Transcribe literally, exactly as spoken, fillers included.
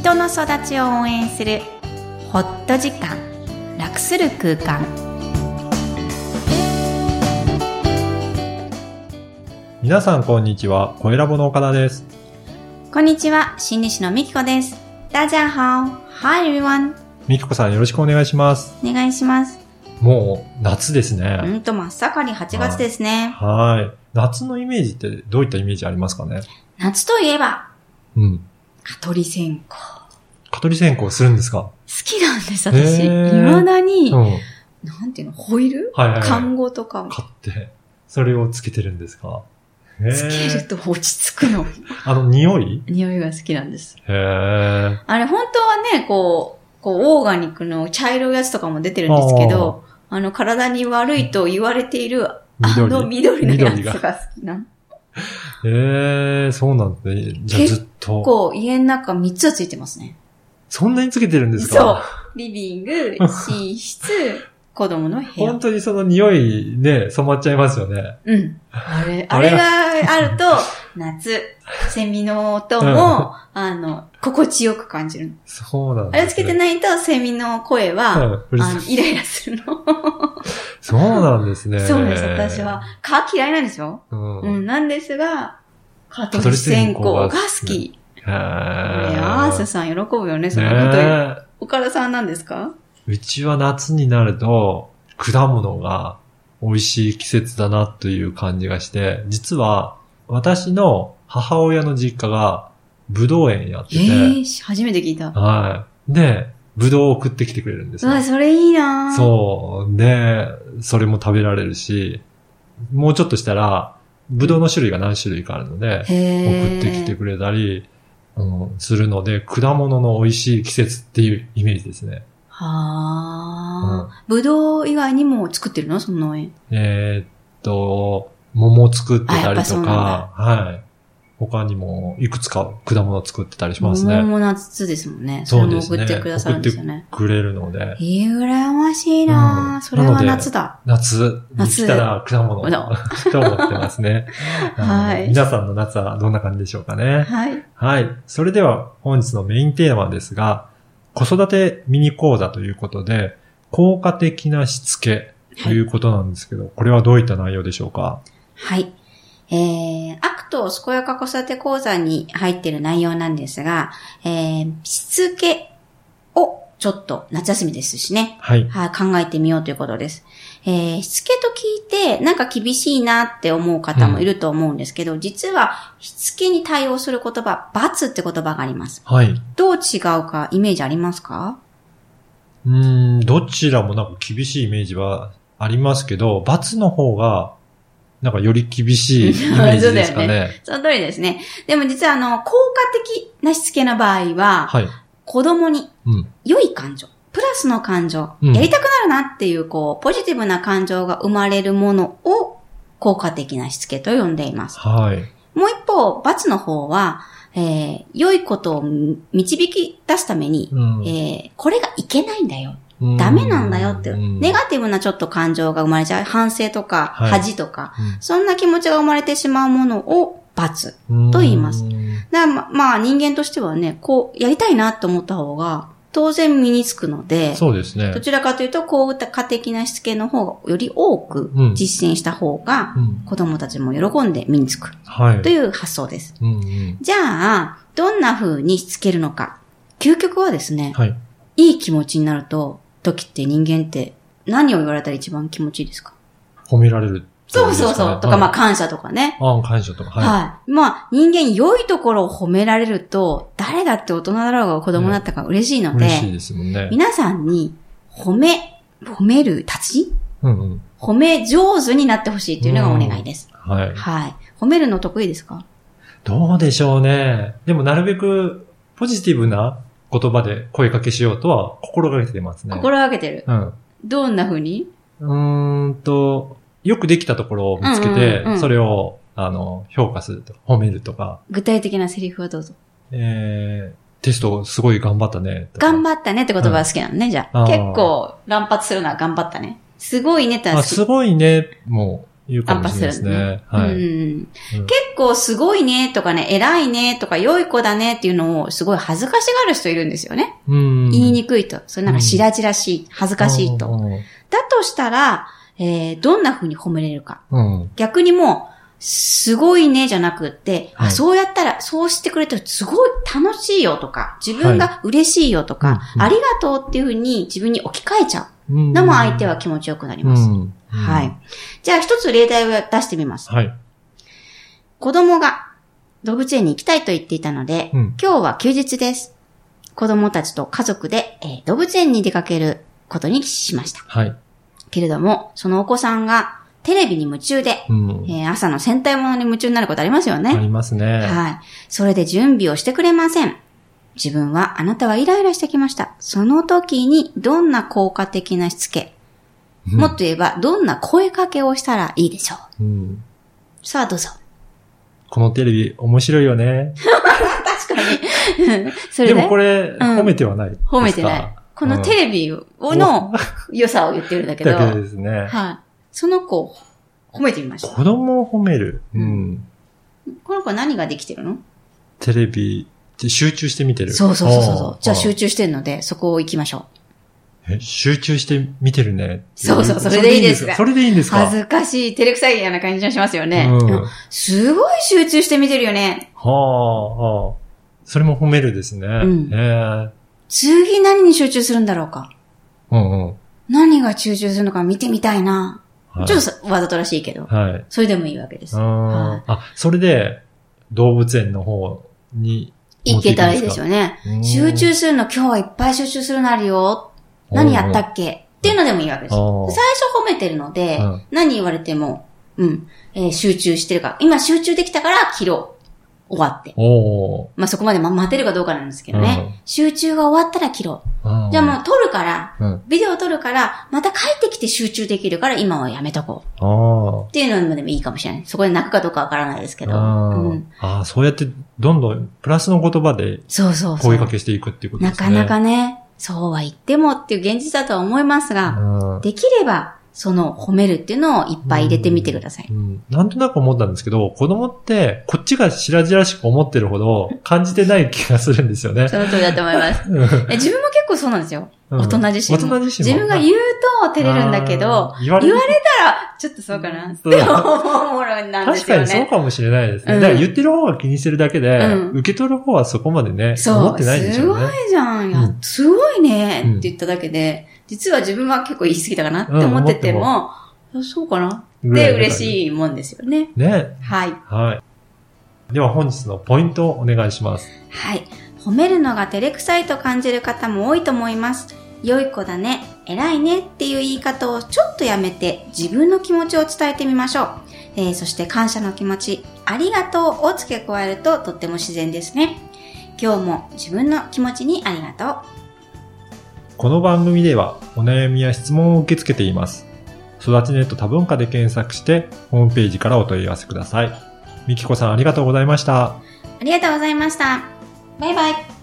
人の育ちを応援するホット時間、楽する空間。 皆さんこんにちは、声ラボの岡田です。 こんにちは、心理師のみきこです。大家好。Hi everyone。 みきこさんよろしくお願いします。 お願いします。 もう夏ですね。 うんと真っ盛りはちがつですね。 はい。はい。夏のイメージってどういったイメージありますかね？ 夏といえば、 うん。 蚊取り線香。 蚊取り線香するんですか？ 好きなんです、私。未だに、うん、なんていうの、ホイール、 はいはいはい、 看護とか買って、それをつけてるんですか？ つけると落ち着くの。 あの、匂い匂いが好きなんです。 へー。 あれ、本当はね、こう、こう、オーガニックの茶色いやつとかも出てるんですけど、あ, あの、体に悪いと言われている、あの緑のやつが好きな。 へー、そうなんだね。じゃあずっと。 結構、家の中みっつはついてますね。 そんなにつけてるんですか？ そう。リビング、寝室、子供の部屋。 本当にその匂いね、染まっちゃいますよね。 うん。あれ、あれがあると、夏、セミの音も、あの、心地よく感じる。 そうなんです、ね。 あれつけてないと、セミの声は、うん、あのイライラするの。 そうなんですね。 そうです、私は。蚊嫌いなんですよ。うん。うん、なんですが、蚊取り線香が好き。へー。アースさん喜ぶよね、そのこと言う。岡田さんなんですか？ うちは夏になると、果物が美味しい季節だなという感じがして、実は私の母親の実家がブドウ園やってて。えー、初めて聞いた。 はい。で、ブドウを送ってきてくれるんですよ。 うわ、それいいな。 そう。で、それも食べられるし、もうちょっとしたら、ブドウの種類が何種類かあるので、送ってきてくれたり、うん、するので、果物の美味しい季節っていうイメージですね。 はあ、うん。ぶどう以外にも作ってるの？その農園。 えー、っと、桃作ってたりとか、はい。他にもいくつか果物作ってたりしますね。 桃も夏ですもんね。そうですね。送ってくださるんですよね。 送ってくれるので。 えー、羨ましいな、うん、それは夏だ。 夏に来たら果物と思ってますね。はい。皆さんの夏はどんな感じでしょうかね。 はい。 はい。それでは本日のメインテーマですが、子育てミニ講座ということで、効果的なしつけということなんですけど、はい、これはどういった内容でしょうか？ はい。えー、アクト健やか子育て講座に入っている内容なんですが、えー、しつけをちょっと夏休みですしね。はい。はい、考えてみようということです。えー、しつけと聞いてなんか厳しいなって思う方もいると思うんですけど、うん、実はしつけに対応する言葉、罰って言葉があります。はい。どう違うかイメージありますか？ うーん、どちらもなんか厳しいイメージはありますけど、罰の方がなんかより厳しいイメージですかね。そうだよね。 その通りですね。でも実はあの、効果的なしつけの場合は、はい、子供に良い感情、うん、プラスの感情、うん、やりたくなるなっていう、こう、ポジティブな感情が生まれるものを効果的なしつけと呼んでいます。はい。もう一方、罰の方は、えー、良いことを導き出すために、うん、えー、これがいけないんだよ。ダメなんだよっていう、ネガティブなちょっと感情が生まれちゃう。反省とか、恥とか、はいうん、そんな気持ちが生まれてしまうものを罰と言います。だからま、まあ人間としてはね、こう、やりたいなと思った方が、当然身につくので、そうですね。どちらかというと、効果的なしつけの方がより多く実践した方が、子供たちも喜んで身につく。という発想です。うんうん、じゃあ、どんな風にしつけるのか。究極はですね、はい、いい気持ちになると、時って人間って何を言われたら一番気持ちいいですか？ 褒められる、ね。 そうそうそう。とか、はい、まあ感謝とかね。 ああ、感謝とか。はい。 はい。まあ人間良いところを褒められると、誰だって大人だろうが子供だったか嬉しいので、 嬉しいですもんね。 皆さんに褒め、褒める達人、 うんうん、 褒め上手になってほしいというのがお願いです。 はい。 はい。褒めるの得意ですか？ どうでしょうね。でもなるべくポジティブな言葉で声かけしようとは心がけてますね。 心がけてる。 うん。 どんな風に？ うーんと、よくできたところを見つけて、うんうんうん、それを、あの、評価すると、褒めるとか。 具体的なセリフはどうぞ。 えー、テストすごい頑張ったねとか。 頑張ったねって言葉が好きなのね、うん、じゃあ。結構乱発するのは頑張ったね。すごいねってあ、すごいね、もう言うかもしれないですね。はい、うんうん。結構すごいねとかね、偉いねとか良い子だねっていうのをすごい恥ずかしがる人いるんですよね。うん、言いにくいと。それなんか白々しい、恥ずかしいと。うん、だとしたら、えー、どんな風に褒めれるか。うん、逆にもう、すごいねじゃなくって、はい、あ、そうやったら、そうしてくれてすごい楽しいよとか、自分が嬉しいよとか、はい、ありがとうっていう風に自分に置き換えちゃう。のも相手は気持ちよくなります。うん、はい。じゃあ一つ例題を出してみます。はい。子供が動物園に行きたいと言っていたので、うん、今日は休日です。子供たちと家族で、えー、動物園に出かけることにしました。はい。けれども、そのお子さんがテレビに夢中で、うんえー、朝の戦隊ものに夢中になることありますよね。 ありますね。 はい。それで準備をしてくれません。自分はあなたはイライラしてきました。その時にどんな効果的なしつけ、うん、もっと言えばどんな声かけをしたらいいでしょう。うん、さあどうぞ。 このテレビ面白いよね。 確かに。それで、 でもこれ、うん、褒めてはないですか？ 褒めてない。このテレビをの良さを言ってるんだけど。 だけですね。 はい。その子を褒めてみました。 子供を褒める。うん。 この子は何ができてるの？ テレビ。集中して見てる。 そうそうそうそう。じゃあ集中してるので、そこを行きましょう。え、集中して見てるね。 そうそう、それでいいですか。 それでいいんですか。 恥ずかしい、照れくさいような感じがしますよね。うん、すごい集中して見てるよね。 はあ、はあ。それも褒めるですね。うん、 え次何に集中するんだろうか。 うんうん。 何が集中するのか見てみたいな。はい、ちょっとわざとらしいけど。はい。それでもいいわけです。 あ、はい、あ、それで動物園の方に、 いけたらいいですよね。集中するの、今日はいっぱい集中するのあるよ。何やったっけっていうのでもいいわけです。最初褒めてるので、うん、何言われても、うん、えー、集中してるから。今集中できたから切ろう。終わって。まあそこまで待てるかどうかなんですけどね。うん、集中が終わったら切ろう。じゃあもう撮るから、うん、ビデオ撮るから、また帰ってきて集中できるから今はやめとこう。っていうのでもいいかもしれない。そこで泣くかどうかわからないですけど。 あ、うん、あ、そうやってどんどんプラスの言葉で声かけしていくっていうことですね。 なかなかね、そうは言ってもっていう現実だとは思いますが、できれば、その褒めるっていうのをいっぱい入れてみてください。 うんうん、なんとなく思ったんですけど、子供ってこっちが白々しく思ってるほど感じてない気がするんですよね。 その通りだと思います。自分も結構そうなんですよ。大人自身も。 大人自身も。 自分が言うと照れるんだけど、言われたらちょっとそうかなって思うものなんですよね。 確かにそうかもしれないですね。うん、だから言ってる方が気にしてるだけで、うん、受け取る方はそこまでね、思ってないんでしょうね。 すごいじゃん。や、うん、すごいねって言っただけで、実は自分は結構言い過ぎたかなって思ってても、うん、そうかなで、嬉しいもんですよね。 ね。 はい。 はい。では本日のポイントをお願いします。 はい。褒めるのが照れくさいと感じる方も多いと思います。良い子だね、偉いねっていう言い方をちょっとやめて自分の気持ちを伝えてみましょう。えー、そして感謝の気持ち、ありがとうを付け加えるととっても自然ですね。今日も自分の気持ちにありがとう。 この番組ではお悩みや質問を受け付けています。育ちネット多文化で検索してホームページからお問い合わせください。みきこさんありがとうございました。 ありがとうございました。バイバイ。